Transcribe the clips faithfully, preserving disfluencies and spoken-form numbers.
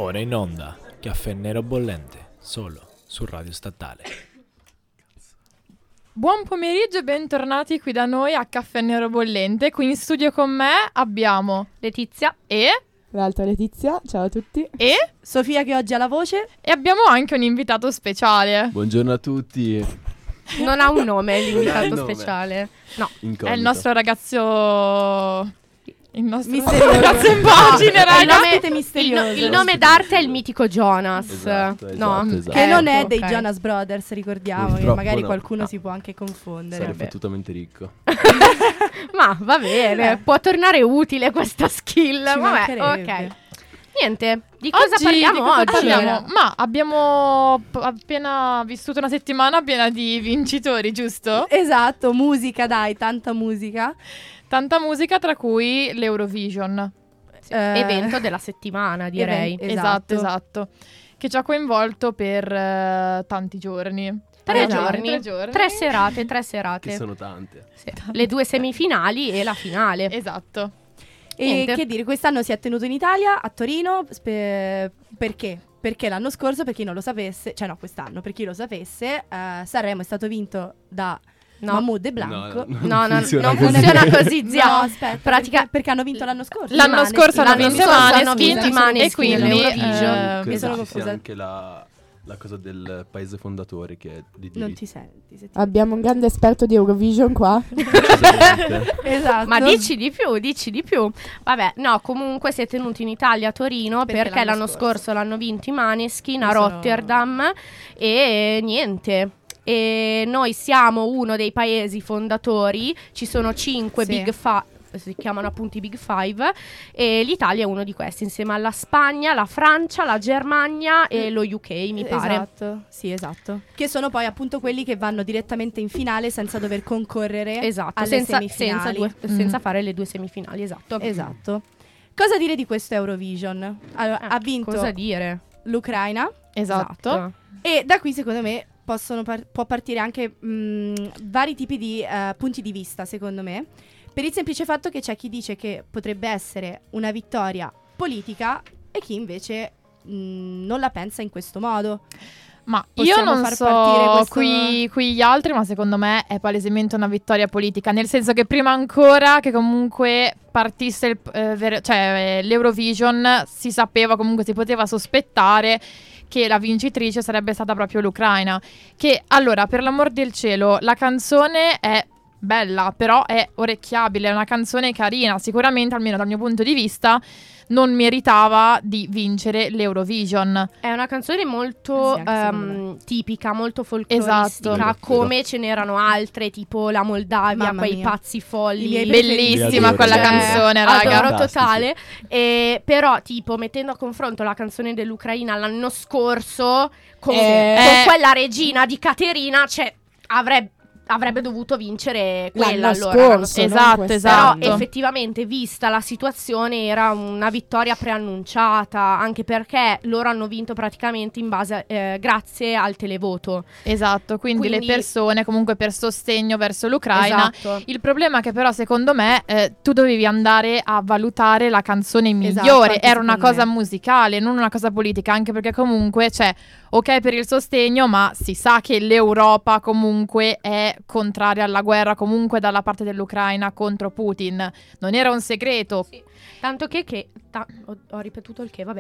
Ora in onda, Caffè Nero Bollente, solo su Radio Statale. Buon pomeriggio e bentornati qui da noi a Caffè Nero Bollente. Qui in studio con me abbiamo Letizia e... L'altra Letizia, ciao a tutti. E... Sofia che oggi ha la voce. E abbiamo anche un invitato speciale. Buongiorno a tutti. Non ha un nome l'invitato nome. speciale. No, Incognito. È il nostro ragazzo... Il nostro Misterioso. ragazzo in pagina, il raga. nome, Ospite misterioso. il, il nome d'arte è il mitico Jonas. Esatto, esatto, no, esatto. Che non è Ecco, dei ok. Jonas Brothers, ricordiamo, che Purtroppo magari no. qualcuno No. si può anche confondere. Sarei Vabbè. fottutamente ricco. Ma va bene, Eh. può tornare utile questa skill. Ci Vabbè, mancherebbe. ok. Niente, di cosa Oggi- parliamo di cosa oggi? parliamo? Ma abbiamo p- appena vissuto una settimana piena di vincitori, giusto? Esatto, musica, dai, tanta musica. Tanta musica, tra cui l'Eurovision. Eh, Evento della settimana, direi. Even- Esatto, Esatto. esatto. Che ci ha coinvolto per eh, tanti giorni. Tre Esatto, giorni. Tre giorni. Tre serate, tre Che serate. sono tante. Sì. Le due semifinali e la finale. Esatto. E Niente. che dire, quest'anno si è tenuto in Italia, a Torino, spe- perché? Perché l'anno scorso, per chi non lo sapesse, cioè no, quest'anno, per chi lo sapesse, eh, Sanremo è stato vinto da No. Mahmood e Blanco. No, No, no, funziona non così. funziona così, zia. No, aspetta, Pratica- perché, perché hanno vinto l'anno scorso. L'anno Maneskin. scorso hanno L'anno vinto i scorso hanno Maneskin vinto i e Maneskin quindi nell'Eurovision. eh, mi sono Credo ci sia confusa. anche la, la cosa del paese fondatore che è di Non diritti. ti senti. se ti- Abbiamo un grande esperto di Eurovision qua. Decisamente. Esatto. Ma dici di più, dici di più. Vabbè, no, comunque si è tenuto in Italia a Torino Perché perché, l'anno l'anno scorso. scorso l'hanno vinto i Maneskin a Che sono- Rotterdam e niente. E noi siamo uno dei paesi fondatori, ci sono cinque Sì. Big Five, si chiamano appunto i Big Five, e l'Italia è uno di questi, insieme alla Spagna, la Francia, la Germania e lo U K, mi pare. Esatto, sì, esatto. Che sono poi appunto quelli che vanno direttamente in finale senza dover concorrere Esatto, alle senza, senza, semifinali. due- Mm. senza fare le due semifinali, esatto. Esatto. Cosa dire di questo Eurovision? Allora, Eh, ha vinto Cosa dire? l'Ucraina Esatto. e da qui secondo me possono par- può partire anche mh, vari tipi di eh, punti di vista, secondo me, per il semplice fatto che c'è chi dice che potrebbe essere una vittoria politica e chi invece mh, non la pensa in questo modo. Ma Possiamo io non far so partire questo- qui, qui gli altri, ma secondo me è palesemente una vittoria politica, nel senso che prima ancora che comunque partisse il, eh, ver- cioè, eh, l'Eurovision si sapeva, comunque si poteva sospettare che la vincitrice sarebbe stata proprio l'Ucraina. Che allora, per l'amor del cielo, la canzone è bella, però è orecchiabile, è una canzone carina, sicuramente almeno dal mio punto di vista non meritava di vincere l'Eurovision. È una canzone molto Sì, anche secondo ehm, tipica, molto folcloristica, Esatto. come ce n'erano altre, tipo la Moldavia, Mamma quei mia. pazzi folli. I miei Bellissima Adoro, quella adoro. canzone, raga. Adoro Fantastici. totale. E, però, tipo, mettendo a confronto la canzone dell'Ucraina l'anno scorso con, Eh. con quella regina di Caterina, cioè, avrebbe, avrebbe dovuto vincere quella L'anno allora. l'anno scorso, Esatto, non esatto. Però effettivamente, vista la situazione, era una vittoria preannunciata, anche perché loro hanno vinto praticamente in base eh, grazie al televoto. Esatto, quindi, Quindi- le persone comunque per sostegno verso l'Ucraina. Esatto. Il problema è che però secondo me eh, tu dovevi andare a valutare la canzone Esatto, migliore, anche era una secondo cosa me. musicale, non una cosa politica, anche perché comunque c'è ok per il sostegno, ma si sa che l'Europa comunque è contraria alla guerra, comunque dalla parte dell'Ucraina contro Putin. Non era un segreto. Sì. Tanto che, che ta- ho, ho ripetuto il che, vabbè.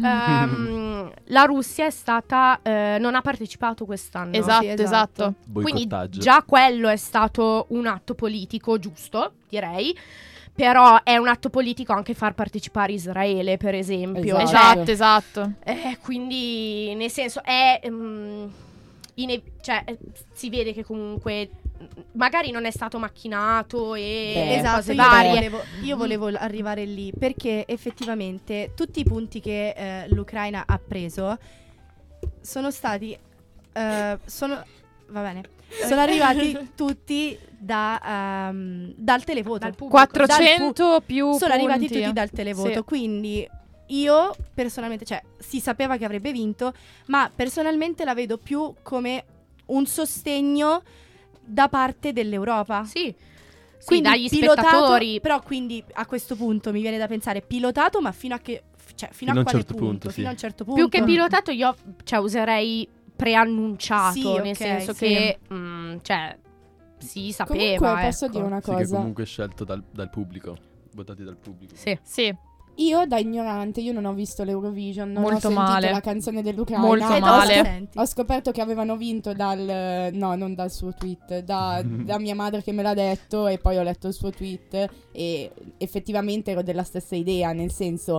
Ehm, la Russia è stata eh, non ha partecipato quest'anno. Esatto, Sì, esatto. esatto. Quindi Boicottaggio. già quello è stato un atto politico giusto, direi. Però è un atto politico anche far partecipare Israele, per esempio. Esatto. Esatto, esatto. Eh, quindi, nel senso, è... mm, ine- cioè, eh, si vede che comunque mm, magari non è stato macchinato e Beh, Esatto, cose io varie. volevo, io volevo l- arrivare lì perché effettivamente tutti i punti che eh, l'Ucraina ha preso sono stati eh, sono va bene sono arrivati tutti da, ehm, dal televoto. Dal pubblico. quattrocento più Sono arrivati punti. tutti dal televoto, Sì. quindi io personalmente, cioè si sapeva che avrebbe vinto, ma personalmente la vedo più come un sostegno da parte dell'Europa. Sì. Quindi dagli pilotato, spettatori. però quindi a questo punto mi viene da pensare pilotato, ma fino a che cioè fino, Fino a a un quale certo punto? punto, sì. Fino a un certo punto. Più che pilotato io cioè userei preannunciato, Sì, nel ok, senso sì. che mm, cioè si sapeva. Comunque posso ecco. dire una Sì, che cosa. comunque è scelto dal, dal pubblico, votati dal pubblico. Sì. Sì, Io da ignorante, io non ho visto l'Eurovision, non Molto ho sentito male. la canzone dell'Ucraina. Molto Eh, Ho male. scop- senti. Ho scoperto che avevano vinto dal... no, non dal suo tweet, da, da mia madre che me l'ha detto e poi ho letto il suo tweet e effettivamente ero della stessa idea, nel senso...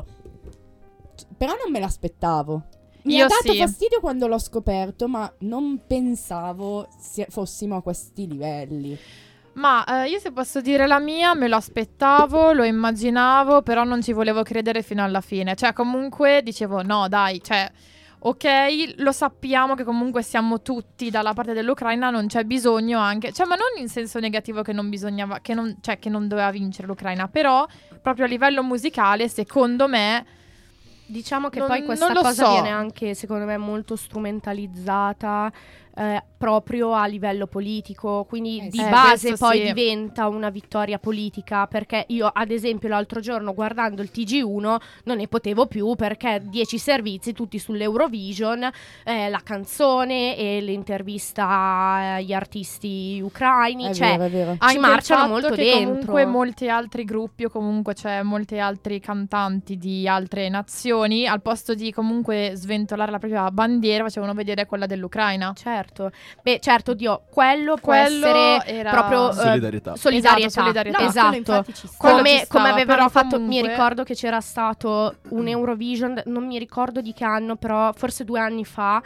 Però non me l'aspettavo. Mi Io ha dato sì. fastidio quando l'ho scoperto, ma non pensavo si- fossimo a questi livelli. ma eh, io se posso dire la mia, me lo aspettavo, lo immaginavo, però non ci volevo credere fino alla fine. Cioè, comunque dicevo, no, dai, cioè, ok, lo sappiamo che comunque siamo tutti dalla parte dell'Ucraina, non c'è bisogno anche, cioè, ma non in senso negativo che non bisognava, che non, cioè, che non doveva vincere l'Ucraina, però proprio a livello musicale, secondo me, Diciamo che Non- poi questa non lo cosa so. viene anche, secondo me, molto strumentalizzata eh, proprio a livello politico, quindi Eh di sì. Eh, base questo poi sì. diventa una vittoria politica, perché io ad esempio l'altro giorno guardando il T G uno non ne potevo più perché dieci servizi tutti sull'Eurovision, eh, la canzone e l'intervista agli artisti ucraini, È cioè vero, è vero. anche il marciano fatto molto che dentro. comunque molti altri gruppi o comunque c'è molti altri cantanti di altre nazioni al posto di comunque sventolare la propria bandiera facevano vedere quella dell'Ucraina. certo, beh certo, Dio, quello può Quello essere era proprio eh, Solidarietà. solidarietà, Esatto, solidarietà. No, ma esatto. quello infatti ci sta. Quello Come, ci stava, come avevano però fatto, mi comunque- ricordo che c'era stato un Eurovision, non mi ricordo di che anno, però forse due anni fa,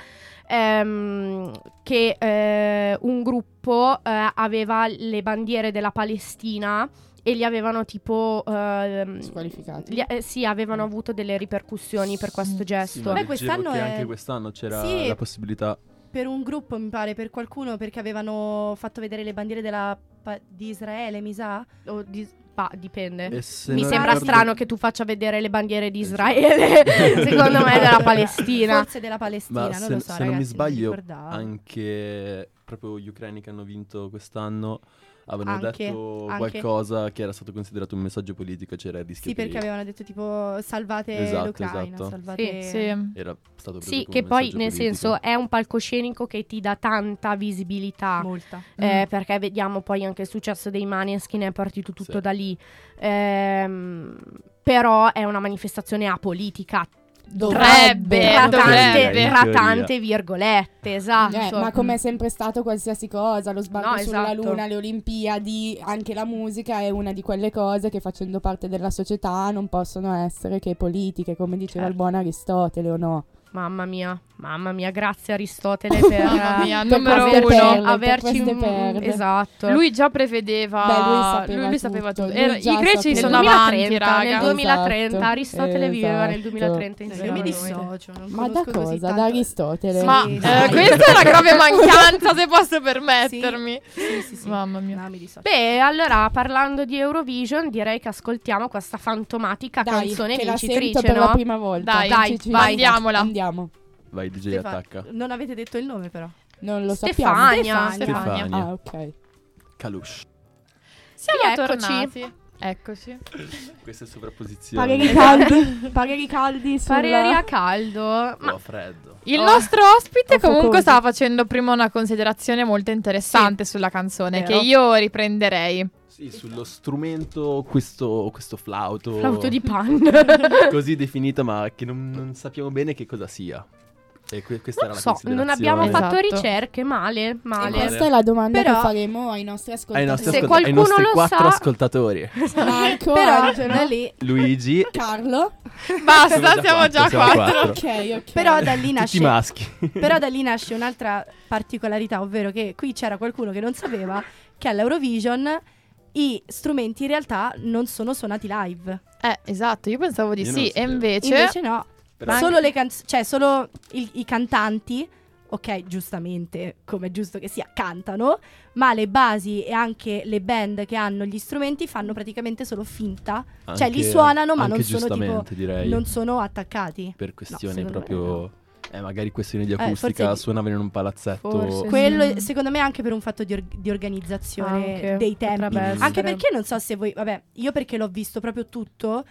ehm, che eh, un gruppo eh, aveva le bandiere della Palestina e li avevano tipo ehm, Squalificati. li- eh, sì, avevano avuto delle ripercussioni per questo Sì, gesto. ma Beh, leggevo quest'anno che è- anche quest'anno c'era Sì. la possibilità. Per un gruppo, mi pare, per qualcuno, perché avevano fatto vedere le bandiere della, pa- di Israele, mi sa. O di- bah, dipende. E se Mi non sembra ricordo- strano che tu faccia vedere le bandiere di Israele, secondo me della Palestina. Forse della Palestina, Ma non se, lo so, se non mi ragazzi, sbaglio, ricordavo. anche proprio gli ucraini che hanno vinto quest'anno avevano Anche, detto anche. qualcosa che era stato considerato un messaggio politico, c'era il rischio Sì, che perché avevano detto tipo salvate Esatto, l'Ucraina, esatto. salvate... Sì. era stato preso Sì, come che poi messaggio nel politico. senso è un palcoscenico che ti dà tanta visibilità. Molta. eh, perché vediamo poi anche il successo dei Maneskin, è partito tutto Sì. da lì. Ehm, però è una manifestazione apolitica. Dovrebbe, tra, dovrebbe. tante, In tra teoria. tante virgolette, esatto. Eh, ma come è sempre stato qualsiasi cosa, lo sbarco No, sulla esatto. luna, le Olimpiadi, anche la musica è una di quelle cose che facendo parte della società non possono essere che politiche, come diceva il Certo. buon Aristotele o no. Mamma mia, mamma mia, grazie Aristotele per, Mamma mia, Per numero queste uno. perle, per averci queste un- perle. esatto. Lui già prevedeva, Beh, lui sapeva lui, lui sapeva tutto. tutto. Lui Era- già I greci sapeva. sono nel avanti, duemilatrenta, raga. nel duemilatrenta Esatto, Aristotele viveva nel esatto. duemilatrenta No, io insieme mi a noi. dissocio. Non Ma da conosco così cosa? tanto- Da Aristotele? Sì, Ma sì, eh, sì. questa è una grave mancanza, se posso permettermi. Sì, sì, sì. Mamma mia. No, mi dissocio. Beh, allora parlando di Eurovision, direi che ascoltiamo questa fantomatica Dai, canzone che la sento vincitrice, per no? la prima volta. Dai, dai, Ci- ci- vai. Andiamola. Andiamo. Vai D J Stefa- attacca. Non avete detto il nome però. Non lo Stefania. sappiamo. Stefania. Stefania. Ah, ok. Kalush. Siamo Rieccoci. tornati. Eccoci. Queste sovrapposizioni. Pareri caldi, pareri caldi sulla... Pareri a caldo. Ma Oh, freddo. Il Oh. nostro ospite Oh, comunque focoso. stava facendo prima una considerazione molto interessante sulla canzone Vero. che io riprenderei. Sì, sullo strumento, questo, questo flauto. flauto di pan. Così definito, ma che non, non sappiamo bene che cosa sia. E que- questa Non era la so, non abbiamo considerazione. fatto Esatto. ricerche, male, male. Male. Questa è la domanda Però- che faremo ai nostri Ai ascoltatori. nostri, Se ascolta- ai qualcuno nostri lo quattro sa- ascoltatori. Marco, Però Angelo, da lì, Luigi. Carlo. Basta, Siamo già siamo già quattro, siamo quattro. quattro. Ok, ok. però da lì Tutti nasce maschi. Però da lì nasce un'altra particolarità, ovvero che qui c'era qualcuno che non sapeva che all'Eurovision i strumenti in realtà non sono suonati live. Eh, esatto, io pensavo di Io non sì. lo E sapevo. invece, Invece no, Però- solo le canzoni, cioè solo il- i cantanti, ok, giustamente, come è giusto che sia, cantano, ma le basi e anche le band che hanno gli strumenti fanno praticamente solo finta, cioè li Anche- suonano ma anche non sono tipo giustamente, direi. non sono attaccati. Per questioni secondo me proprio Eh, magari questioni di Eh, acustica, forse- suonavano in un palazzetto. Forse. Quello Mm. secondo me anche per un fatto di, or- di organizzazione Anche, dei tempi. potrebbe essere. Anche perché non so se voi, vabbè, io perché l'ho visto proprio tutto,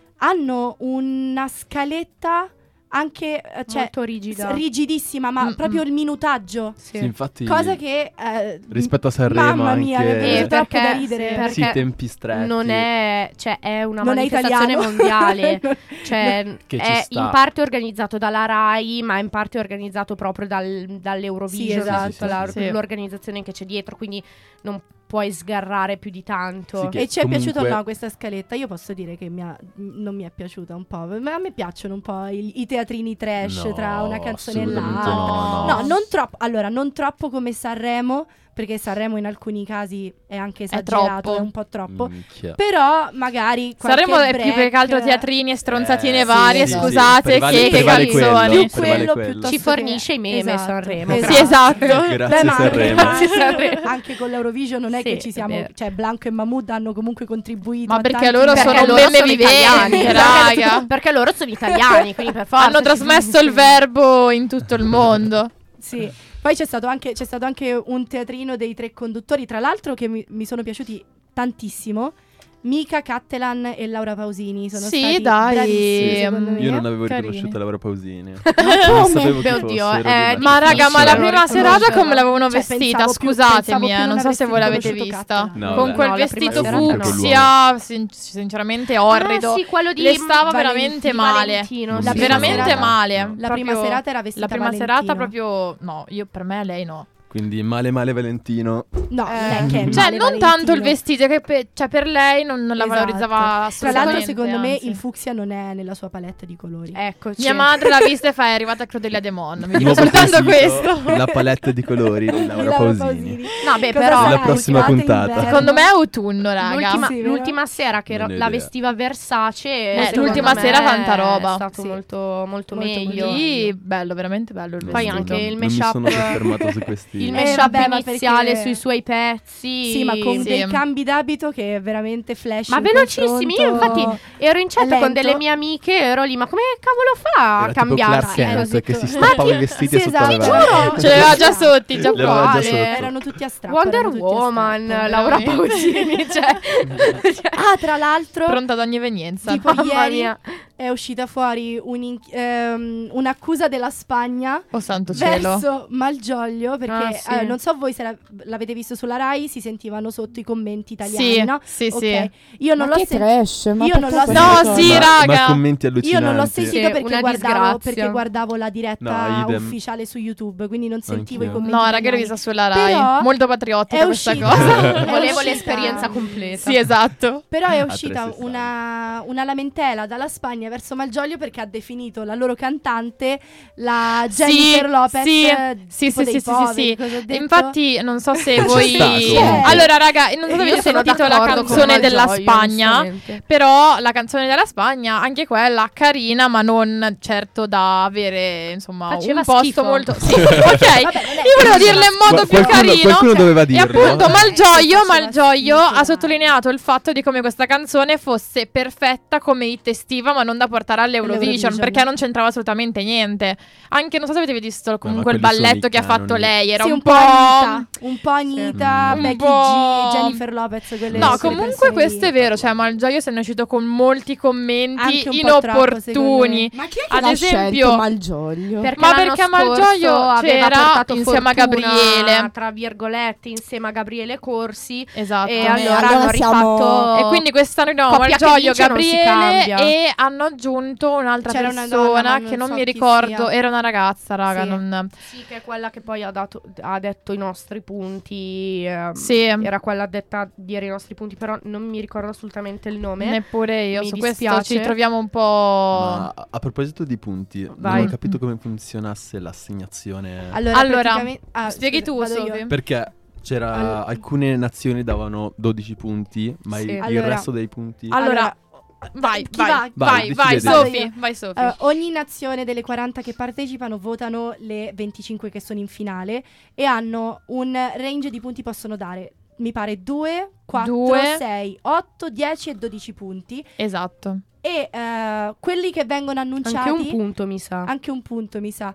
hanno una scaletta anche, eh, cioè, Molto rigida. s- rigidissima, ma Mm-mm. proprio il minutaggio. Sì. Sì, infatti, Cosa che eh, rispetto a Sanremo mamma mia, anche- mi ha preso Eh, troppo perché- da ridere. sì, sì, perché tempi stretti. Non è, cioè, è una Non è manifestazione italiano. mondiale. Cioè, Che ci è sta. in parte organizzato dalla Rai, ma in parte organizzato proprio dal, dall'Eurovision, Sì, esatto. tutta la- Sì, sì. l'organizzazione che c'è dietro, quindi non puoi sgarrare più di tanto. Sì, che- E ci è piaciuta o comunque- no questa scaletta? Io posso dire che mi ha- m- non mi è piaciuta un po'. Ma a me piacciono un po' i, i teatrini trash No, tra una canzone e assolutamente l'altra. no, No, no. non troppo. Allora, non troppo come Sanremo, perché Sanremo in alcuni casi è anche esagerato, troppo. è un po' troppo. Minchia. Però magari qualche Saremo è più break, che altro teatrini e stronzatine Eh, varie, sì, sì, scusate, prevale- che, che prevale canzoni. quello, più prevale quello quello. piuttosto Ci che- fornisce i meme Esatto, Sanremo. esatto. Sì, esatto. Grazie Beh, ma anche, Sanremo. Grazie Sanremo. anche con l'Eurovision non è Sì, che ci è siamo, vero. cioè Blanco e Mahmood hanno comunque contribuito Ma a perché tanti loro livelli. sono loro meme sono viventi, italiani. raga. Perché loro sono italiani, quindi per forza. Hanno ci trasmesso il sono- verbo in tutto il mondo. Sì. Poi c'è stato, anche, c'è stato anche un teatrino dei tre conduttori, tra l'altro che mi, mi sono piaciuti tantissimo. Mika, Cattelan e Laura Pausini sono Sì, stati dai. bravissimi, secondo me. Io non avevo Carini. riconosciuto Laura Pausini. Come? Non sapevo chi Oddio, fosse, ero eh, di- Ma raga, ma la Difficile, prima non serata riconoscerlo. come l'avevano Cioè, vestita? pensavo più- Scusatemi, pensavo eh, più non non so se voi avresti l'avete riconosciuto vista. Cattelan. No, Con vabbè. quel No, la prima vestito serata no. fucsia, sin- sinceramente orrido. Ah, sì, quello di Le stava Valentino, veramente male. Valentino, La sì, prima veramente serata- male. no. La Proprio- prima serata era vestita La prima Valentino. serata proprio no, io per me lei no. Quindi male male Valentino. No, Eh, non è che è cioè male non tanto il Valentino. vestito che pe- cioè per lei non, non la Esatto. valorizzava Tra assolutamente. l'altro secondo me anzi. il fucsia non è nella sua palette di colori. Eccoci. Mia madre l'ha vista e fa è arrivata a Crudelia Demon. Mi dico Nuovo soltanto quesito, questo. La palette di colori di Di Laura Laura Pausini. Pausini. No, beh, Cosa però sarà? La prossima Estate, puntata. inverno? Secondo me è autunno, raga. l'ultima, Sì, vero? l'ultima sera che Non ero- ho la idea. vestiva Versace, Eh, secondo l'ultima me sera tanta roba. È stato Sì. molto, molto, Molto meglio. Sì, bello, veramente bello il Poi vestito. anche il Non mi mashup, sono soffermato su questi. il Eh, mashup vabbè, ma iniziale perché- sui suoi pezzi. Sì, ma con Sì. dei cambi d'abito che è veramente flash. Ma in velocissimi, io confronto. infatti ero in chat È con lento. delle mie amiche, ero lì, ma come cavolo fa a Era tipo cambiare? Clark Kent così che si tu- strappava Ma i vestiti sì, sotto esatto. le Ti mani. giuro. Ce l'aveva già sotto, già Le aveva già quale. sotto. Erano tutti a strappo. Wonder erano tutti a Woman, strappo. Laura veramente. Pausini, cioè, cioè, Ah, tra l'altro, Pronta ad ogni evenienza. tipo mamma ieri mia. è uscita fuori un- ehm, un'accusa della Spagna Oh santo cielo. verso Malgioglio perché Ah, sì. eh, non so voi se la- l'avete visto sulla Rai, si sentivano sotto i commenti italiani, Sì, no? sì, Ok. sì. Io non Ma l'ho che sentito. trash, ma io perché non l'ho queste No, cose? sì, ma, raga. ma commenti Io allucinanti. non l'ho sentito Sì, perché una guardavo, disgrazia. perché guardavo la diretta No, idem. ufficiale su YouTube, quindi non sentivo Anch'io. i commenti. No, raga, l'ho italiani. vista sulla Rai. Però Molto patriottica è questa uscita- cosa. è Volevo uscita- l'esperienza completa. Sì, esatto. Però è A uscita trecentosessanta. una, una lamentela dalla Spagna verso Malgioglio perché ha definito la loro cantante la Jennifer sì, Lopez. sì, eh, sì, tipo sì, dei sì, poveri, sì, sì. cosa ho detto? Infatti, non so se voi. sta, comunque. Allora, raga, non so se Io avete sono sentito la d'accordo con canzone della Malgioglio, Spagna. onestamente. Però la canzone della Spagna, anche quella carina, ma non certo da avere, insomma, Faceva un posto schifo. molto. Sì, ok. Vabbè, non è Io volevo dirla in modo Qual- più qualcuno- carino. qualcuno doveva E dirlo. appunto Malgioglio, Faceva Malgioglio schifo, ha dai. sottolineato il fatto di come questa canzone fosse perfetta come hit estiva, ma non da portare all'Eurovision, All'Eurovision. perché non c'entrava assolutamente niente. Anche non so se avete visto comunque il quelli sono balletto i che ha fatto canoni. lei, era Sì, un, un po' Anita, un po' Anita, Un Becky po'- G, Jennifer Lopez, quelle No, quelle comunque persone questo lì. è vero, cioè Malgioglio se ne è uscito con molti commenti Anche un po' troppo, secondo inopportuni. Ma chi è che Ad l'ha esempio- scelto Malgioglio? Perché Ma l'anno perché a scorso Malgioglio aveva c'era portato insieme a fortuna, Gabriele. tra virgolette, insieme a Gabriele Corsi. Esatto. E Eh, allora, allora hanno siamo- rifatto. E quindi quest'anno no, Coppia che Malgioglio, vince non si Gabriele cambia. e hanno aggiunto un'altra C'era una persona donna, ma che non non so mi chi ricordo, sia. era una ragazza, raga, Sì. non... Sì, che è quella che poi ha, dato, ha detto i nostri punti. ehm, Sì. Era quella detta dire i nostri punti, però non mi ricordo assolutamente il nome. Neppure io, Mi su questo dispiace. ci troviamo un po'... Ma a, a proposito di punti, Vai. non ho capito come funzionasse l'assegnazione. Allora, Allora, praticamente- ah, spieghi scusa, tu, vado io. Sofi. Perché c'era Allora- alcune nazioni davano dodici punti, ma Sì. il, il Allora- resto dei punti. Allora, vai, chi vai, va? vai, Vai, vai, decidete. Sofi, Vado io. vai Sofi. Eh, ogni nazione delle quaranta che partecipano votano le venticinque che sono in finale e hanno un range di punti, possono dare, mi pare, due, quattro, Due. sei, otto, dieci e dodici punti. Esatto. E eh, quelli che vengono annunciati, Anche un punto, mi sa. anche un punto mi sa,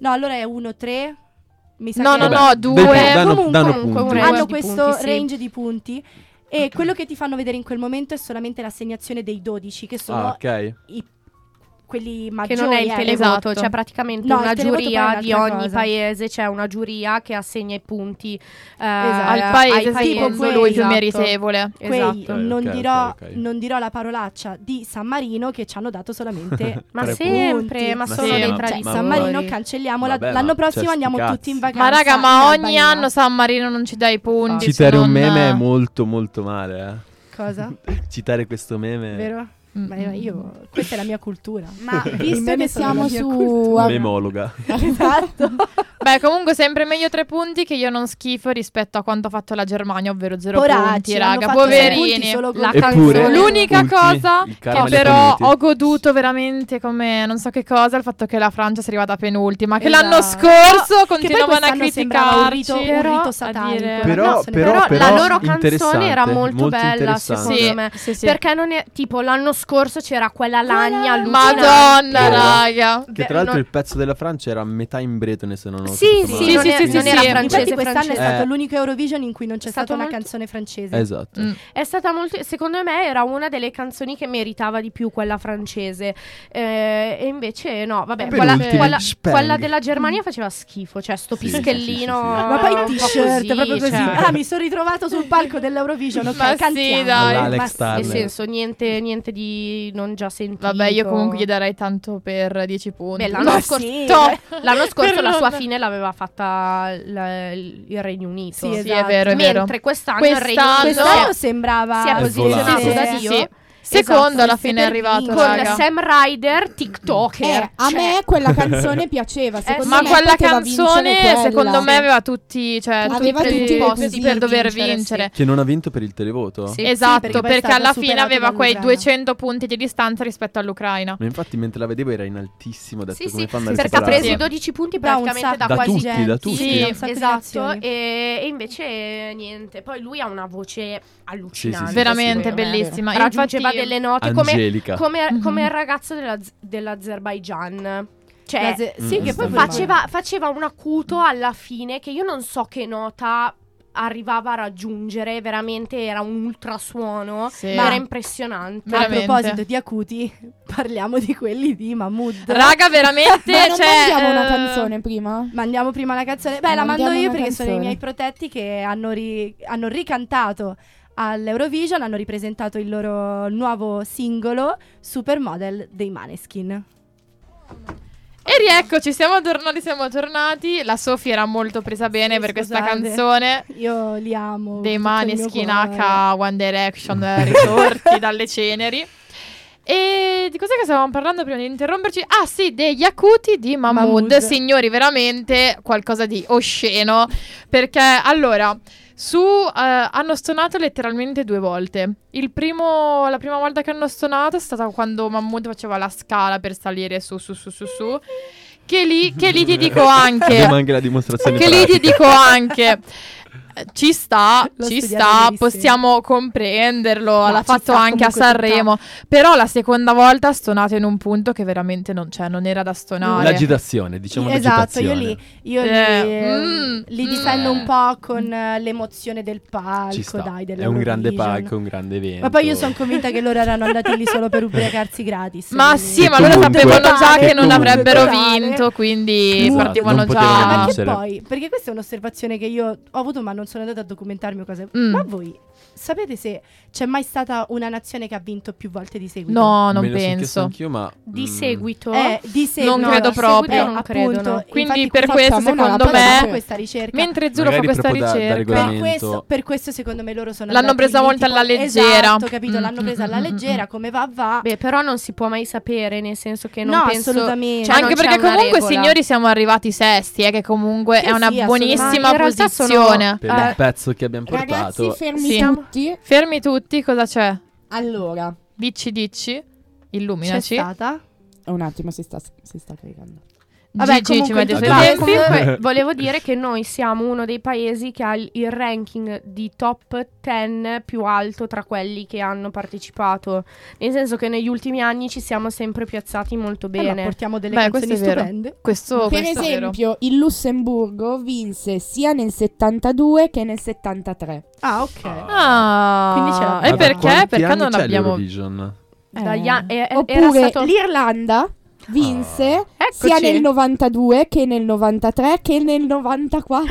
No, allora è uno tre. Mi sa No, che no, Vabbè, no, due. dai, danno- Comunque, danno comunque, punti. un range hanno di questo punti, sì. range di punti. E quello che ti fanno vedere in quel momento è solamente l'assegnazione dei dodici, che sono Ah, ok. i, quelli Che maggiori. non è il eh. televoto, esatto. c'è praticamente No, il una televoto poi è giuria un'altra di ogni cosa. paese, c'è una giuria che assegna i punti eh, Esatto. Al paese, ai paesi. secondo quei- lui più Esatto. meritevole. Quei, Esatto. non, Ok, dirò, ok, ok. non dirò la parolaccia di San Marino che ci hanno dato solamente Ma Tre sempre, punti. ma Ma sono sì, dei ma- Cioè, traditori. San Marino cancelliamola. Vabbè, L'anno ma prossimo cioè, andiamo sti tutti in cazzi. vacanza. Ma raga, in ma ogni Albania. anno San Marino non ci dai i punti. Citare se un non- meme è molto molto male, eh. Cosa? Citare questo meme. Vero? Mm. Ma io, questa è la mia cultura. Ma I visto meme che sono siamo la mia su cultura. Memologa. Esatto. Beh, comunque sempre meglio tre punti che io non schifo rispetto a quanto ha fatto la Germania, ovvero zero Poracci, punti, hanno raga, fatto sei punti poverini. solo con La le Eppure- canzoni. L'unica Ultimi, cosa il che karma li ha però puniti. ho goduto veramente come non so che cosa, il fatto che la Francia sia arrivata penultima, che Esatto. l'anno scorso Che poi continuavano a quest'anno sembrava un rito, criticarci. un Però, rito a satanico. dire- Però, No, se ne- però, Però, però, la loro canzone interessante, era molto, molto bella, interessante. secondo me. Sì, sì. Perché non è tipo l'anno scorso c'era quella lagna allucinante. Madonna, Vero. raga. Che tra l'altro non- il pezzo della Francia era metà in bretone, se non ho Sì, capito sì, male. sì, non, sì, è- sì, non sì, era sì. francese, Infatti quest'anno è francese. stato Eh. l'unico Eurovision in cui non c'è È stata stato una molto- canzone francese. Esatto. Mm. È stata molto, secondo me era una delle canzoni che meritava di più quella francese. Eh, e invece no, vabbè, Per quella, ultimi, quella- Spang. quella della Germania faceva schifo, cioè sto Sì, sì, pischellino. sì, sì, sì. Ma poi un il po' t-shirt, così, proprio così. cioè. Ah, mi sono ritrovato sul palco dell'Eurovision. Ok, Ma sì, cantiamo. dai. All'Alex Ma sì. Turner. Nel senso, niente, niente di non già sentito. Vabbè, io comunque gli darei tanto per dieci punti. Beh, l'anno Ma scorso, sì, to- l'anno scorso Per la sua non- fine l'aveva fatta il, il Regno Unito. Sì, Sì, esatto. è vero, è vero. Mentre quest'anno, il Regno Quest'anno- Unito Quest'anno si è- sembrava si è posizionato posizionato da Sì, sì, Dio. sì. Secondo Esatto, alla il fine è arrivato, Federvin. con raga. Sam Ryder, TikToker. Eh, a Cioè, me quella canzone piaceva. Secondo Ma me quella poteva vincere canzone, quella. secondo me, aveva tutti, cioè, Aveva tutti tutti i i posti posti per per dover vincere, vincere. Che non ha vinto per il televoto? Sì. Esatto, perché poi è perché stato alla fine superato aveva quei dall'Ucraina. duecento punti di distanza rispetto all'Ucraina. Ma infatti mentre la vedevo era in altissimo. Ho detto Sì, come sì, fanno a perché ha recuperarla? preso i dodici punti Da un praticamente da, sacco Da quasi tutti, gente. da tutti. Sì, Da un sacco di esatto. nazioni. E, e invece niente. Poi lui ha una voce allucinante. Sì, sì, Veramente secondo me. bellissima. Raggiungeva Infatti- delle note come, Angelica. come, Mhm. come il ragazzo della, dell'Azerbaijan. Cioè, La ze- sì, Mm, che poi mm. faceva, faceva un acuto alla fine che io non so che nota arrivava a raggiungere, veramente era un ultrasuono, Sì. era Ma- impressionante. A veramente. proposito di acuti, parliamo di quelli di Mahmood. Raga, veramente, Ma non cioè, mandiamo una eh, canzone prima? Mandiamo prima la canzone. Beh, la mando Mandiamo io una perché sono i canzone. miei protetti che hanno, ri- hanno ricantato all'Eurovision, hanno ripresentato il loro nuovo singolo Supermodel dei Maneskin. E rieccoci, siamo tornati, siamo tornati. La Sofia era molto presa bene Sì, per questa scusate. canzone Io li amo. dei con tutto il mio Maneskin cuore. H One Direction eh, risorti dalle ceneri. E di cos'è che stavamo parlando prima di interromperci? Ah sì, degli acuti di Mahmood. Mahmood. Signori, veramente qualcosa di osceno. Perché allora, su eh, hanno stonato letteralmente due volte. Il primo, la prima volta che hanno stonato è stata quando Mahmood faceva la scala per salire su su su su su. Che lì, che lì ti dico anche Abbiamo anche la dimostrazione che lì ti pratica. dico anche eh, ci sta, L'ho ci studiato sta, benissimo. possiamo comprenderlo, l'ha ci fatto sta anche a comunque tutta- Sanremo, però la seconda volta ha stonato in un punto che veramente non c'è, non era da stonare. L'agitazione, diciamo Esatto, io l'agitazione. li, io li, Eh, mm, li mm. difendo un po' con eh, l'emozione del palco, Ci sta. dai, È un grande dell'Eurovision. palco, un grande evento. Ma poi io sono convinta che loro erano andati lì solo per ubriacarsi gratis. Ma quindi- sì, Che ma loro comunque- sapevano già che che non comunque- avrebbero Totale. vinto, quindi Esatto, partivano non potevano già. Ma perché vincere. poi, perché questa è un'osservazione che io ho avuto ma non sono andata a documentarmi o cose. Mm. Ma voi sapete se c'è mai stata una nazione che ha vinto più volte di seguito? No, non Me lo son chiesto penso. anch'io, ma Di mm, seguito? Eh, di seguito. Non credo di proprio. seguito Eh, non credo, appunto, no. Quindi infatti per qua- questo, facciamo una secondo rapida me, per questa ricerca. mentre Zuro fa Magari questa proprio da- da ricerca, Per regolamento. questo, per questo secondo me loro sono L'hanno andati presa lì, molto tipo, alla leggera. Esatto, capito? Mm, L'hanno mm, presa alla mm, mm, leggera, mm. come va va. Beh, però non si può mai sapere, nel senso che non no, penso... assolutamente. cioè, Anche non c'è perché una comunque, regola. signori, siamo arrivati sesti, eh, che comunque Sì, è una sì, assolutamente. buonissima Ma in realtà sono- posizione. per Eh, il pezzo che abbiamo portato. Ragazzi, fermi Sì. tutti. Fermi tutti, cosa c'è? Allora, Dici, dici, C'è illuminaci. stata. un attimo, si sta, si sta caricando. Vabbè, Gigi ci comunque, mette i suoi Vabbè, tempi. Comunque volevo dire che noi siamo uno dei paesi che ha il, il ranking di top dieci più alto tra quelli che hanno partecipato, nel senso che negli ultimi anni ci siamo sempre piazzati molto Eh, ma bene. portiamo delle Beh, canzoni questo è vero. stupende. Questo, Per questo è vero. esempio, il Lussemburgo vinse sia nel settantadue che nel settantatré. Ah, ok. Ah, Quindi ce l'abbiamo. e Ma da perché? quanti Perché anni non c'è abbiamo l'Eurovision? Dagli an- e- e- era Oppure stato- l'Irlanda vinse Eccoci. sia nel novantadue che nel novantatré che nel novantaquattro.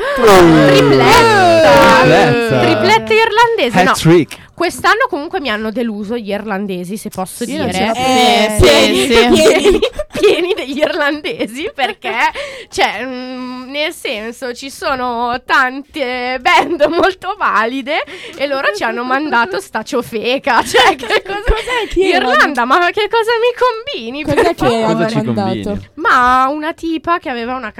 Tripletta. Tripletta. Tripletta irlandese. No, Hat-trick. quest'anno comunque mi hanno deluso gli irlandesi, se posso Io non ce dire. la Eh, Sì, sì, sì. pieni, pieni degli irlandesi, perché cioè mm, nel senso ci sono tante band molto valide e loro ci hanno mandato sta ciofeca, cioè che cosa Cos'è che era? Irlanda, ma che cosa mi combini? Cos'è per che favore? Cosa aveva ci mandato? combini? Ma una tipa che aveva una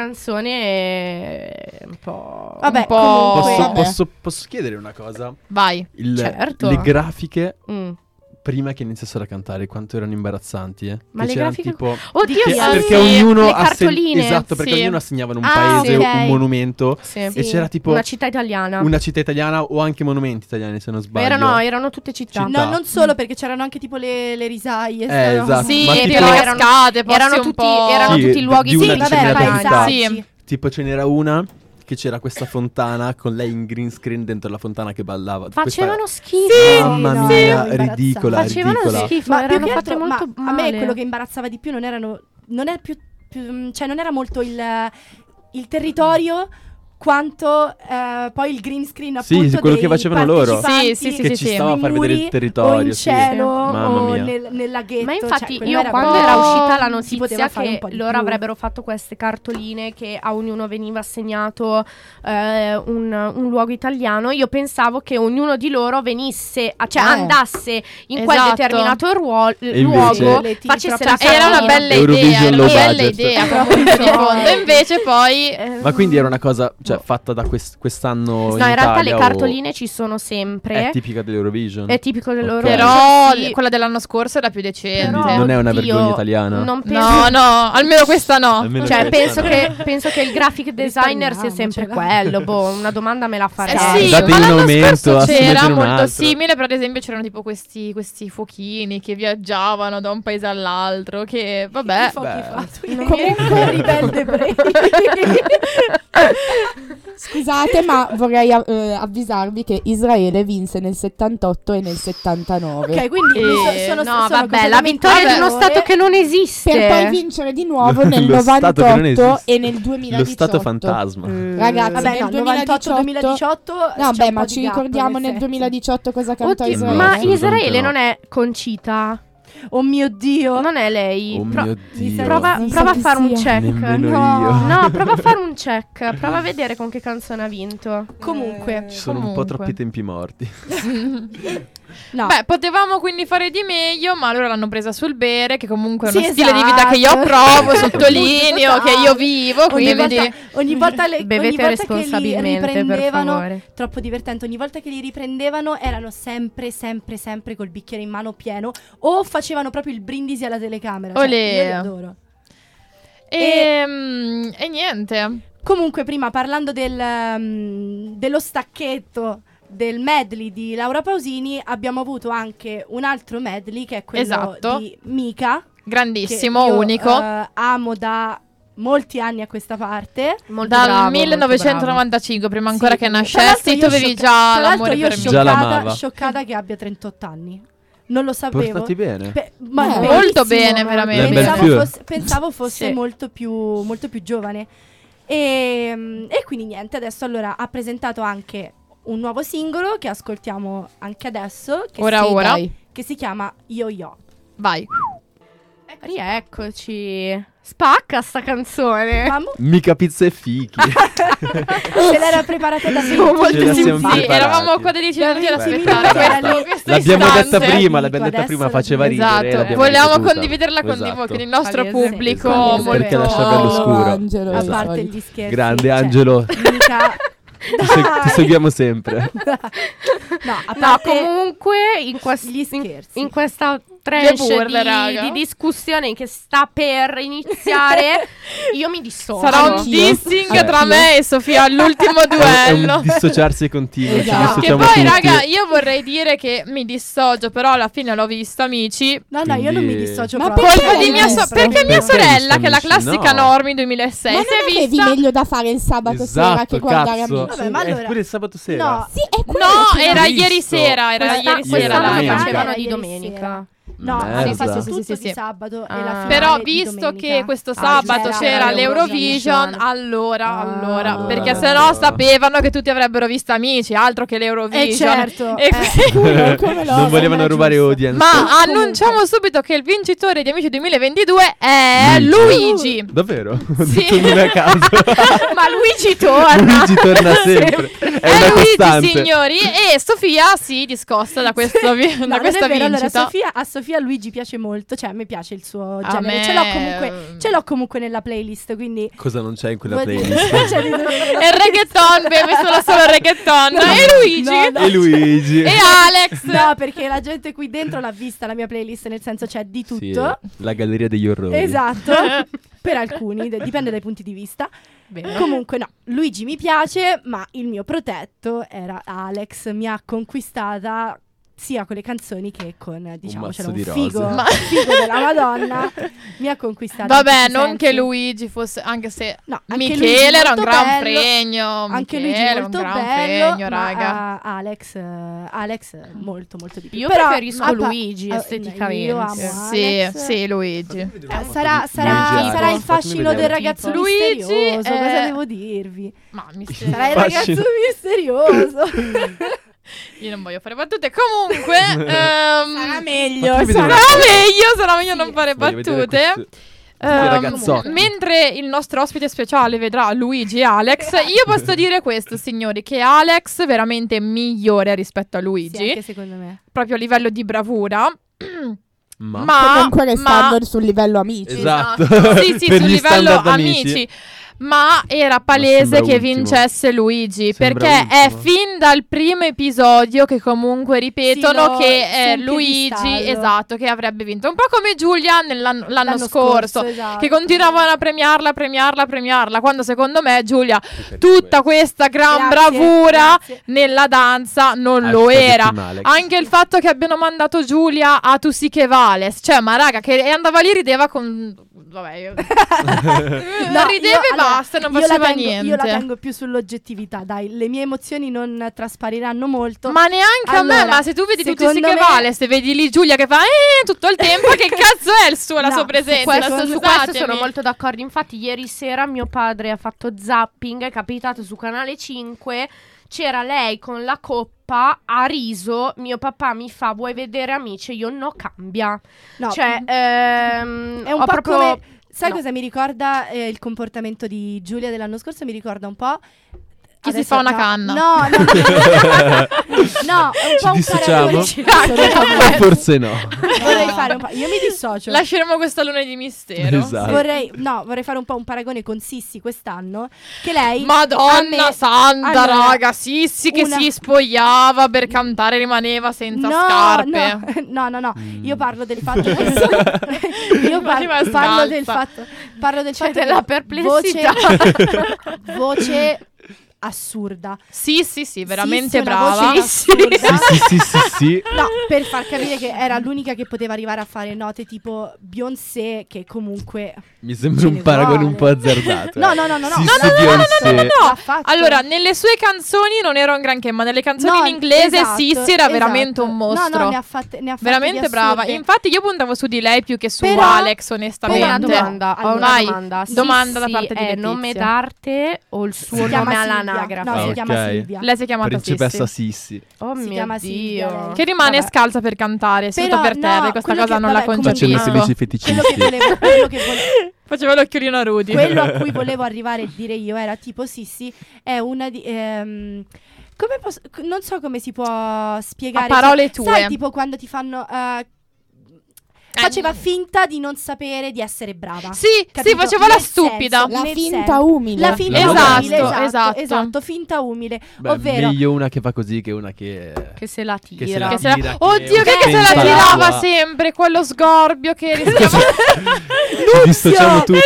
canzone un po'. Vabbè, un po'. comunque- Posso, Vabbè. posso- posso chiedere una cosa? Vai. Il- Certo. Le grafiche Mm. prima che iniziassero a cantare quanto erano imbarazzanti, eh? Ma Che le c'erano grafiche- tipo Oddio, che- sì, perché sì, ognuno le assegn- cartoline. esatto, perché Sì. ognuno assegnavano un Ah, paese, ok. un monumento Sì. e c'era tipo Una città italiana. una città italiana o anche monumenti italiani, se non Ma sbaglio. erano, erano tutte città. Città. No, non solo, perché c'erano anche tipo le, le risaie. Eh, sta roba. esatto. Sì, Ma tipo tipo- le erano- cascate, posti erano un tutti, po'. erano Sì, tutti luoghi di Sì, una vabbè, determinata paesaggi. Sì. Tipo ce n'era una che c'era questa fontana con lei in green screen dentro la fontana che ballava. Facevano Questa- schifo. Mamma no, mia, imbarazzante. ridicola, Facevano ridicola. schifo, Ma più erano che fatte altro, molto ma a male. me quello che imbarazzava di più non erano non è più, più cioè non era molto il, il territorio quanto eh, poi il green screen Sì, appunto sì, quello dei che facevano loro. partecipanti Sì, sì, sì, che sì, ci sì. stava a sui far vedere muri il territorio. o in sì. cielo Mamma o mia. nel, nel laghetto. Ma cioè, infatti quello io era quando proprio- era uscita la si poteva notizia fare un che po' di loro più. avrebbero fatto queste cartoline che a ognuno veniva assegnato eh, un, un luogo italiano, io pensavo che ognuno di loro venisse, a- cioè Eh. andasse in quel Esatto. determinato ruolo, E luogo, invece- Le tiri facesse proprio la in Era una cartina. bella Eurovision idea, era low una bella budget. idea Troppo comunque di soldi. fondo. Invece poi Eh, Ma quindi era una cosa, cioè, fatta da quest- quest'anno no, in in realtà Italia le o cartoline ci sono sempre. è tipica dell'Eurovision? È tipico del loro. Ok. però Sì. quella dell'anno scorso era più decente. Quindi Però, non è una oddio, vergogna italiana? Non penso. No, no, almeno questa no. Almeno Cioè, questa penso no. che, penso che il graphic designer sia sempre Risparmiamocela. quello. Boh, una domanda me la farei. Eh sì, Dategli ma un l'anno aumento, scorso assumetene c'era un molto altro. simile, però ad esempio c'erano tipo questi, questi fuochini che viaggiavano da un paese all'altro, che vabbè. I fuochi Beh. fatui. Non Comunque- ribelde Bray. Scusate, ma vorrei eh, avvisarvi che Israele vinse nel settantotto e nel settantanove. Ok, quindi Eh, mi so- sono, no, sono vabbè, la completamente vittoria di uno errore. stato che non esiste. Per poi vincere di nuovo nel Lo stato che non novantotto esiste. e nel duemiladiciotto. Lo stato fantasma. Ragazzi, Vabbè, nel no, novantotto duemiladiciotto duemiladiciotto No, c'è beh, un ma po' ci di gap, ricordiamo nel nel senso. duemiladiciotto cosa cantò Oddio, Israele? ma Assolutamente Israele no. non è Concita? Oh mio Dio. Non è lei? Oh Pro- mio Dio. Prova, Non so prova a chi fare un sia. check. Nemmeno no, io. no, prova a fare un check. Prova a vedere con che canzone ha vinto. Comunque, Ci sono un po' Comunque. troppi tempi morti. no. Beh, potevamo quindi fare di meglio, ma allora l'hanno presa sul bere, che comunque è Sì, uno stile di vita che io esatto. approvo, sottolineo, che io vivo, ogni quindi... volta, ogni volta, le, ogni Bevete volta che li responsabilmente, per riprendevano, favore. troppo divertente, ogni volta che li riprendevano erano sempre, sempre, sempre col bicchiere in mano pieno o facevano proprio il brindisi alla telecamera. Cioè, Olè. io li adoro. E, mm, e niente. Comunque, prima parlando del, um, dello stacchetto del medley di Laura Pausini, abbiamo avuto anche un altro medley che è quello Esatto. di Mika. Grandissimo, che io, unico. eh, amo da molti anni a questa parte. Molto Dal bravo, molto millenovecentonovantacinque, prima Sì, ancora che tra nascessi, l'altro tu io avevi sciocca- già Tra l'altro l'amore io per me. Già scioccata, l'amava. scioccata che abbia trentotto anni. Non lo sapevo. Portati bene. Pe- ma Eh. bellissimo. Molto bene, veramente. Bel Pensavo fiore. fosse, pensavo fosse Sì. molto, più, molto più giovane. E, mm, e quindi niente, adesso allora ha presentato anche un nuovo singolo che ascoltiamo anche adesso, che, Ora, Sì, ora. dai. che si chiama Yo Yo. Vai. Rieccoci. Spacca sta canzone. Ma mo- Mica pizza e fichi. se l'era preparata da Siamo prima. molto Ce la siamo simili. Sì, preparati. eravamo qua dieci minuti ad Beh, aspettare sì, questo, sì. questo L'abbiamo istante. detta prima, l'abbiamo Dico, detta prima, adesso faceva ridere. Esatto, l'abbiamo volevamo ripetuta. condividerla con Esatto. voi, con il nostro Palese. pubblico Sì, molto... perché lascia bello scuro. Angelo, A al parte solito. gli scherzi. Grande cioè, Angelo, mica- ti, se- ti Dai! seguiamo sempre. No, a No, parte comunque in, quest- gli in, scherzi. in questa tranche burle, di, raga. di discussione che sta per iniziare, io mi dissocio. Sarà un Anch'io. dissing Eh. tra me e Sofia all'ultimo È un- è duello. un dissociarsi continuo. Ci Esatto. Che dissociamo poi, tutti. raga, io vorrei dire che mi dissocio, però alla fine l'ho visto, amici. No, no, io non mi Quindi- dissocio Ma proprio. perché Colpa di l'hai mia so- visto? perché mia Perché sorella, che è la amici? classica No. Normi duemilasei, Ma si è non avevi vista. meglio da fare il sabato sera che Esatto, guardare cazzo. Amici? Vabbè, ma È allora- pure il sabato sera. No, Sì, è quello No, che era visto. ieri sera, era Questa- ieri Ieri sera. era quest'anno raga. domenica. facevano Era di ieri domenica. sera. No, Merda. hanno Sì, fatto sì, sì, tutto sì, di sì. sabato e Ah. la finale Però di visto domenica. che questo Ah, sabato c'era c'era l'Eurovision. l'Eurovision, allora, Ah. allora, perché Ah. sennò sapevano che tutti avrebbero visto Amici, altro che l'Eurovision. Eh, certo. E Eh. quindi- Come no, Non volevano non è rubare giusto. audience. Ma Comunque. annunciamo subito che il vincitore di Amici duemilaventidue è Luigi. Luigi. Davvero? Ho Sì. detto il nome a caso. Ma Luigi torna. Luigi torna sempre. È È una Luigi, costante. signori, e Sofia si discosta da, questo vi- No, da non questa è vero. Allora, vincita. Sofia, a Sofia Luigi piace molto, cioè a me piace il suo A genere. me- Ce l'ho comunque, ce l'ho comunque nella playlist, quindi Cosa non c'è in quella vuol dire- playlist? Cioè, di- di- E il reggaeton, beve solo solo reggaeton. E Luigi. no, E Luigi. E Alex. No, perché la gente qui dentro l'ha vista la mia playlist, nel senso c'è di tutto. Sì, la galleria degli orrori. Esatto. Per alcuni, de- dipende dai punti di vista. Bene. Comunque no, Luigi mi piace, ma il mio protetto era Alex, mi ha conquistata sia con le canzoni che con, diciamocelo, mazzo un di figo, rose. Ma- figo della Madonna. Mi ha conquistata. in Vabbè, tutti i non sensi. che Luigi fosse, anche se No, anche Michele Luigi era un molto gran bello, fregno. Anche Michele Luigi era molto un gran bello, fregno, ma, raga. eh, Alex, eh, Alex molto molto di più. Io Però, preferisco a pa- Luigi eh, esteticamente. Io amo Sì, Alex. sì, Luigi. Eh, sarà, sarà, Luigi, sarà il Alex. fascino Fatemi del vedere. ragazzo Luigi, misterioso. eh, Cosa devo dirvi? Ma mi Sarà il Fascino. ragazzo misterioso. Io non voglio fare battute. Comunque, ehm, Sarà meglio. Fatemi vedere. sarà meglio, sarà meglio non fare Voglio vedere battute. questi- Ehm, ragazzotti. mentre il nostro ospite speciale vedrà Luigi e Alex, io posso dire questo, signori, che Alex è veramente migliore rispetto a Sì, Luigi, anche secondo me. proprio a livello di bravura. Ma, Ma, Comunque restando ma sul livello Amici. esatto. sì, sì, Per sul gli livello standard amici. Ma era palese sembra che ultimo. vincesse Luigi, Sembra perché è ultimo. fin dal primo episodio che comunque ripetono Sì, lo- che su è un Luigi, piedistallo. esatto, che avrebbe vinto. Un po' come Giulia nell'anno, l'anno, L'anno scorso, scorso, esatto. che continuavano a premiarla, premiarla, premiarla, quando secondo me Giulia tutta questa gran Grazie, bravura grazie. nella danza non lo Hashtag era. Team Alex. Anche il fatto che abbiano mandato Giulia a Tu sì che vales, cioè ma raga che andava lì rideva con vabbè io... No, rideva io- e allora, basta, non io la faceva tengo- niente. Io la tengo più sull'oggettività, dai, le mie emozioni non traspariranno molto. Ma neanche a me, Allora, ma se tu vedi tutti sì secondo che me- vale, se vedi lì Giulia che fa eh tutto il tempo, che cazzo è il suo, la No, sua su presenza? Questo, su Scusatemi. questo sono molto d'accordo. Infatti, ieri sera mio padre ha fatto zapping, è capitato su Canale cinque. C'era lei con la coppa, ha riso. Mio papà mi fa: vuoi vedere Amici? Io no, cambia. No, Cioè, ehm, è un ho po' proprio. come... Sai no. cosa mi ricorda eh, il comportamento di Giulia dell'anno scorso? Mi ricorda un po'... Chi si Adesso- fa una no, canna. No, no, no, no, è un Ci po' un dissociamo? paragone. Forse no. Vorrei fare un po'... Io mi dissocio. Lasceremo questo lune di mistero. Esatto. Vorrei, no, vorrei fare un po' un paragone con Sissi quest'anno. Che lei. a Madonna me- santa, allora, raga, Sissi che una- si spogliava per cantare, rimaneva senza no, scarpe. No, no, no, no. Mm. Io parlo del fatto che. Io par- Rimaneva parlo del scalza. fatto. Parlo del C'è fatto della che perplessità. Voce, voce assurda. Sì, sì, sì, veramente Sissi è una brava. voce assurda. Sì, sì, sì, sì, sì. No, per far capire che era l'unica che poteva arrivare a fare note tipo Beyoncé, che comunque. Mi sembra Ce un ne paragone vuole. un po' azzardato. No, eh. no, no, no, no. Sissi No, no, no, no, Beyoncé. no, no, no. L'ha fatto. Allora, nelle sue canzoni non era un granché, ma nelle canzoni No, in inglese esatto, Sissi era esatto. veramente un mostro. No, no, ne ha fatte, ne ha fatte Veramente di brava. assurde. Infatti io puntavo su di lei più che su Però- Alex, Ho una onestamente. Però- domanda, ho una Vai, domanda. domanda da Sissi parte di è Letizia. nome d'arte o il suo Si chiama nome Silvia. all'anagrafe? No, si Ah, chiama ok. Silvia. Lei si è chiamata Principessa Sissi. Sissi. Oh Si mio chiama Silvia, Dio. lei. Che rimane Vabbè. scalza per cantare, seduta Però, per terra. no, e questa quello cosa che- non la vabbè, concepisco. Facendo i felici Quello che feticisti. volevo, quello che volevo, Faceva l'occhiolino a Rudy. quello a cui volevo arrivare e dire io era tipo Sissi è una di ehm, come posso, non so come si può spiegare, A parole sai, tue. sai tipo quando ti fanno eh, faceva Eh, finta di non sapere di essere brava. Sì, Capito? sì, faceva la Nel stupida. senso, La nel finta senso. umile. La finta Esatto, umile, esatto, esatto. esatto, finta umile, Beh, ovvero meglio una che fa così che una che... Che se la Che se tira. la Che se la- tira, che Oddio, che, che se la ostenta tirava sua- sempre, quello sgorbio che rischiava. Ci dissociamo tutti.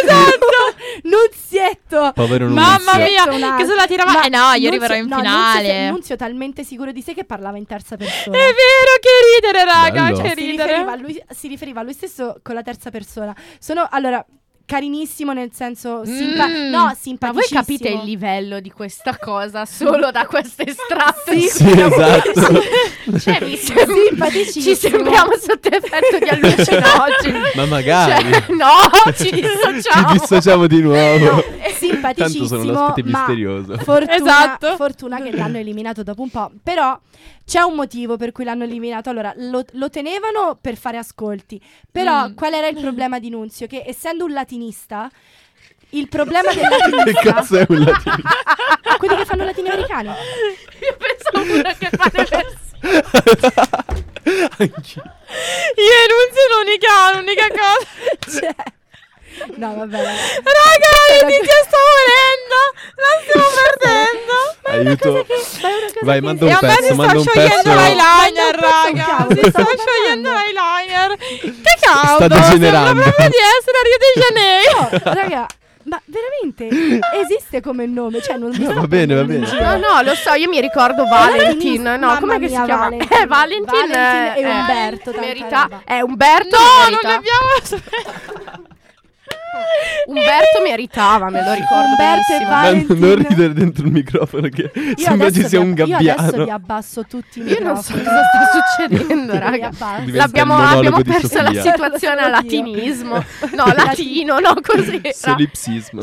Nunzietto. Povero Mamma Nunzio. mia, Una- che se la tirava. Ma Eh no, io Nunzio- arriverò in no, finale. Nunzio, Nunzio talmente sicuro di sé che parlava in terza persona. È vero, che ridere, raga, Bello. che si riferiva, a ridere. lui, si riferiva a lui stesso con la terza persona. Sono allora carinissimo nel senso simpa- Mm. no, Ma voi simpaticissimo. capite il livello di questa cosa solo da questo estratto? Sì, Sì, esatto. Cioè, mi sem- Simpaticissimo. ci sembriamo sotto effetto di allucinogeni. Ma magari. Cioè, no, ci Ci dissociamo. dissociamo di nuovo. No, Tanto simpaticissimo, sono l'ospite ma misterioso. Fortuna, Esatto. fortuna che l'hanno eliminato dopo un po'. Però c'è un motivo per cui l'hanno eliminato. Allora, lo, lo tenevano per fare ascolti. Però Mm. qual era il problema di Nunzio? Che essendo un latinista, il problema del Che latinista, cazzo è un latino? quelli che fanno latini americani. Io pensavo una che fa le versioni. Anch'io. Io e Nunzio l'unica, l'unica cosa. Cioè, no, vabbè. vabbè. Raga, Letizia sta morendo. La stiamo perdendo. Aiuto. Ma è una cosa Vai, che- manda E un a me pezzo, si sta manda un sciogliendo pezzo. l'eyeliner, Manda un pezzo, raga. cavolo, Si sta stavo sciogliendo parlando. l'eyeliner. Che caldo. Sta degenerando. Sembra proprio di essere a Rio de Janeiro. No, raga, ma veramente esiste come nome? Cioè, non mi No, sto va bene, va prendendo in bene. giro. No, no, lo so, io mi ricordo Valentin. No, Mamma com'è che si mia, chiama? Valentin. Eh, Valentin, Valentin e eh, Umberto, tanta merita. roba. Eh, Umberto No, non merita. ne abbiamo. Umberto meritava, me lo ricordo Umberto e benissimo. Ma Valentin. non ridere dentro il microfono che Io sembra adesso ci sia vi- un Io adesso vi gabbiano. abbasso tutti i Io non so microfoni. cosa sta succedendo, Vi raga. abbasso. Diventa L'abbiamo, il monologo abbiamo di perso la Sofia. situazione a Lo so io. latinismo. No, latino, no, cos'era? Solipsismo.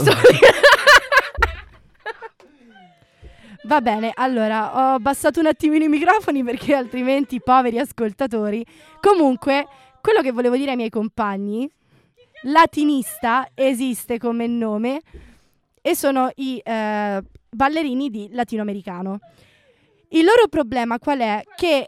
Va bene, allora ho abbassato un attimino i microfoni perché altrimenti poveri ascoltatori. Comunque, quello che volevo dire ai miei compagni, latinista esiste come nome e sono i eh, ballerini di latinoamericano. Il loro problema qual è? Che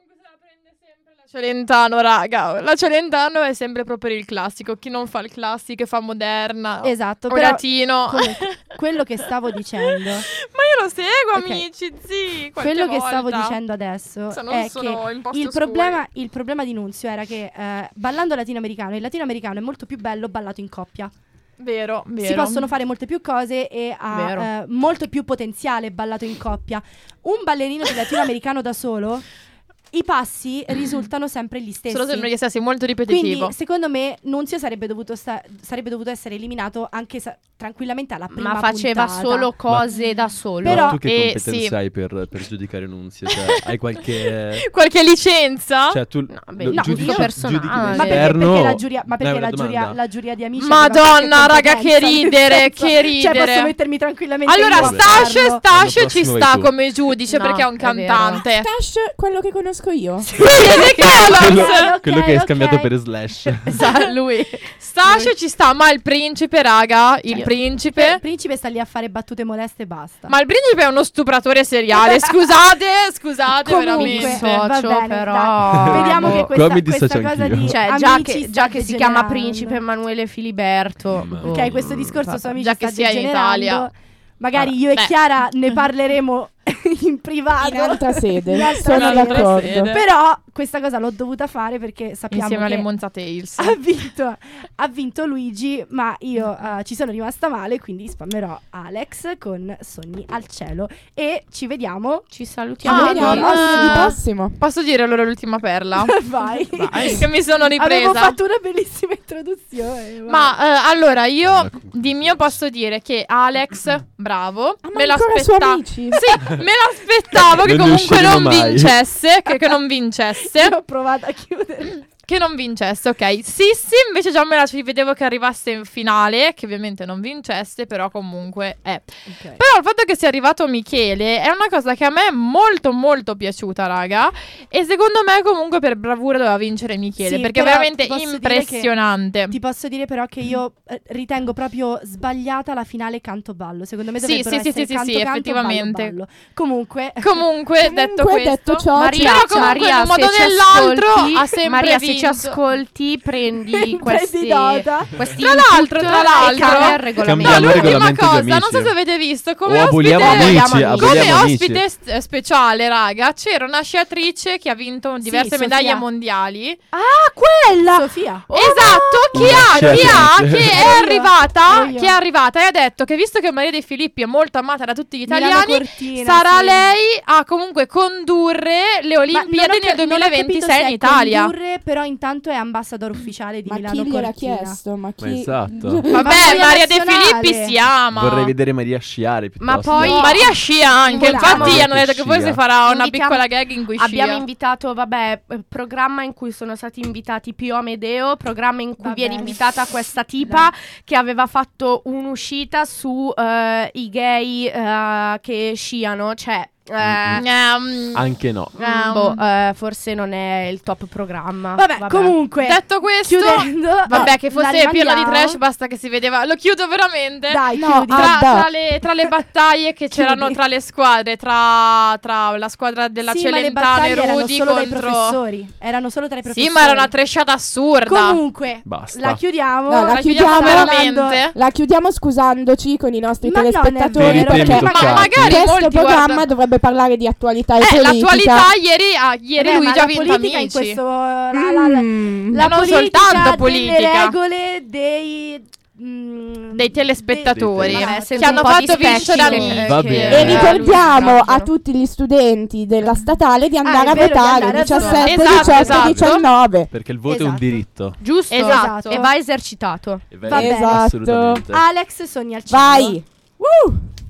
Celentano, raga. La Celentano è sempre proprio il classico. Chi non fa il classico fa moderna. esatto, o però latino. comunque, quello che stavo dicendo, Ma io lo seguo, Ok. amici, sì. qualche quello che stavo volta. dicendo adesso Se non è sono che in posti il oscuri. problema, il problema di Nunzio era che eh, ballando latinoamericano, il latinoamericano è molto più bello ballato in coppia. Vero, vero. Si possono fare molte più cose e ha Vero. eh, molto più potenziale ballato in coppia. Un ballerino di latinoamericano da solo, i passi risultano sempre gli stessi. Solo sembra che sia sì, molto ripetitivo. Quindi, secondo me, Nunzio sarebbe dovuto, sta- sarebbe dovuto essere eliminato anche sa- tranquillamente alla prima Ma faceva puntata. solo cose da solo. Però- Ma tu che Eh, competenze sì. hai per, per giudicare Nunzio? Cioè, hai qualche... Qualche licenza? Cioè, tu No, beh, lo no, giudichi, gusto personale. giudichi Ma Ma perché, l'esterno? perché la giuria, ma Dai, perché una la giuria, domanda. la giuria di amici Madonna, aveva qualche raga, che competenza, nel ridere, senso- che ridere. Cioè, posso mettermi tranquillamente Allora, io a Vabbè. Stash, farlo. Stash L'anno ci prossimo vai sta tu. come giudice No, perché è un è vero. cantante. Tash, quello che conosco io. Vede Callas! Quello, Ok, quello che hai ok. scambiato per Slash. Esatto, lui. Stash ci sta, ma il principe, raga, il Io- principe. Il principe sta lì a fare battute moleste e basta. Ma il principe è uno stupratore seriale. Scusate, scusate, Comunque, Mi veramente. va dissocio, bene, però. dai. Vediamo che Qua questa, mi questa dissocio cosa anch'io. di Cioè, già amici che, sta già che si chiama degenerando. Principe Emanuele Filiberto. Mm. boh, Ok, questo discorso su amici Già sta che sia in degenerando. Italia. Magari Vabbè, io e beh. Chiara ne parleremo in privato. In altra sede. In altra Sono sede. d'accordo. sede. Però questa cosa l'ho dovuta fare perché sappiamo Insieme alle che Monza Tales. ha vinto, ha vinto Luigi, ma io eh, ci sono rimasta male, quindi spammerò Alex con Sogni al cielo e ci vediamo. Ci salutiamo. Ah, Vediamo no, lunedì no. prossimo. Posso dire allora l'ultima perla? Vai. Che mi sono ripresa. Avevo fatto una bellissima introduzione. Ma eh, allora io Bella di mio posso dire che Alex, bravo, Ah, ma me ancora su l'aspettavo. Amici? Sì, me l'aspettavo che Non ne comunque usciremo non mai. vincesse, che, che non vincesse, ho provato a chiudere. che non vincesse, ok. Sissi invece già me la ci vedevo che arrivasse in finale, che ovviamente non vincesse, però comunque è. Però il fatto che sia arrivato Michele è una cosa che a me è molto molto piaciuta, raga. E secondo me comunque per bravura doveva vincere Michele, Sì, perché è però veramente ti posso dire impressionante. Ti posso dire però che io eh, ritengo proprio sbagliata la finale canto-ballo. Secondo me Sì, dovrebbero sì, sì, essere sì, sì, canto, sì, canto, effettivamente. ballo, ballo. Comunque Comunque, detto Comunque, questo, detto ciò, Maria, però comunque Maria, in un modo o se ci nell'altro ascolti- ha sempre Maria, se ci ci ascolti, prendi questi, Prendi nota. questi Tra input l'altro, tra e l'altro, cambia il regolamento. Cambiamo No, il l'ultima regolamento di cosa, non so amici. se avete visto come O aboliamo ospite, amici, Come aboliamo come amici. ospite st- eh, speciale, raga, c'era una sciatrice che ha vinto diverse Sofia. medaglie mondiali. Ah, quella! Sofia. Esatto, chi Una ha, chi ha, sciatrice. che è Ero io. arrivata, Ero io. che è arrivata e ha detto che visto che Maria De Filippi è molto amata da tutti gli Milano italiani, Cortina, sarà sì. lei a comunque condurre le Ma Olimpiadi non ho nel ca- non ho capito duemilaventisei se in è Italia. condurre, però intanto è ambassador ufficiale di Ma Milano chi gliel'ha Cortina. chiesto? Ma chi... Ma esatto. Vabbè, Maria Maria De nazionale. Filippi si ama. Vorrei vedere Maria sciare Ma piuttosto. poi- No. Maria scia anche, Invitiamo- infatti hanno detto che Scia. forse farà una Invitiamo- piccola gag in cui Abbiamo scia. invitato, vabbè, eh, programma in cui sono stati invitati Pio Amedeo, programma in cui Va viene bene. invitata questa tipa che aveva fatto un'uscita su eh, i gay eh, che sciano, cioè eh, Ehm, Anche no. ehm, boh, eh, forse non è il top programma. Vabbè, comunque, Detto questo, chiudendo, vabbè, che la fosse pieno di rimandiamo. trash, basta che si vedeva. Lo chiudo veramente. Dai, No, chiudi. ah, Tra, da- tra le, tra le battaglie che c'erano Chiudi. tra le squadre, tra, tra la squadra della Sì, ma le Celentano e battaglie erano Rudy solo dai contro. professori. Erano solo tra i professori. Sì, ma era una trashata assurda. Comunque, Basta. la chiudiamo. No, la La chiudiamo chiudiamo veramente. La chiudiamo scusandoci con i nostri Ma non è telespettatori vero, Per i temi perché toccati. Ma magari questo molti programma guarda- dovrebbe parlare di attualità e Eh, politica. l'attualità ieri, ah, ieri Vabbè, lui ma già ha la vinto politica Amici. in questo la, la, la, Mm. la non politica soltanto delle politica. regole dei mm, Dei telespettatori Dei- Vabbè, che senza hanno un po' di fatto vincere specchi Amici. che- Va che- bene. E Eh, ricordiamo lui a tutti gli studenti della statale di andare Ah, è a vero, di votare andare a diciassette, votare. diciotto, Esatto, diciannove. Perché il voto è un Esatto. diritto. Giusto, Esatto. e va esercitato. E va- Va bene. Esatto. Assolutamente. Alex sogna il cielo. Vai. Uh!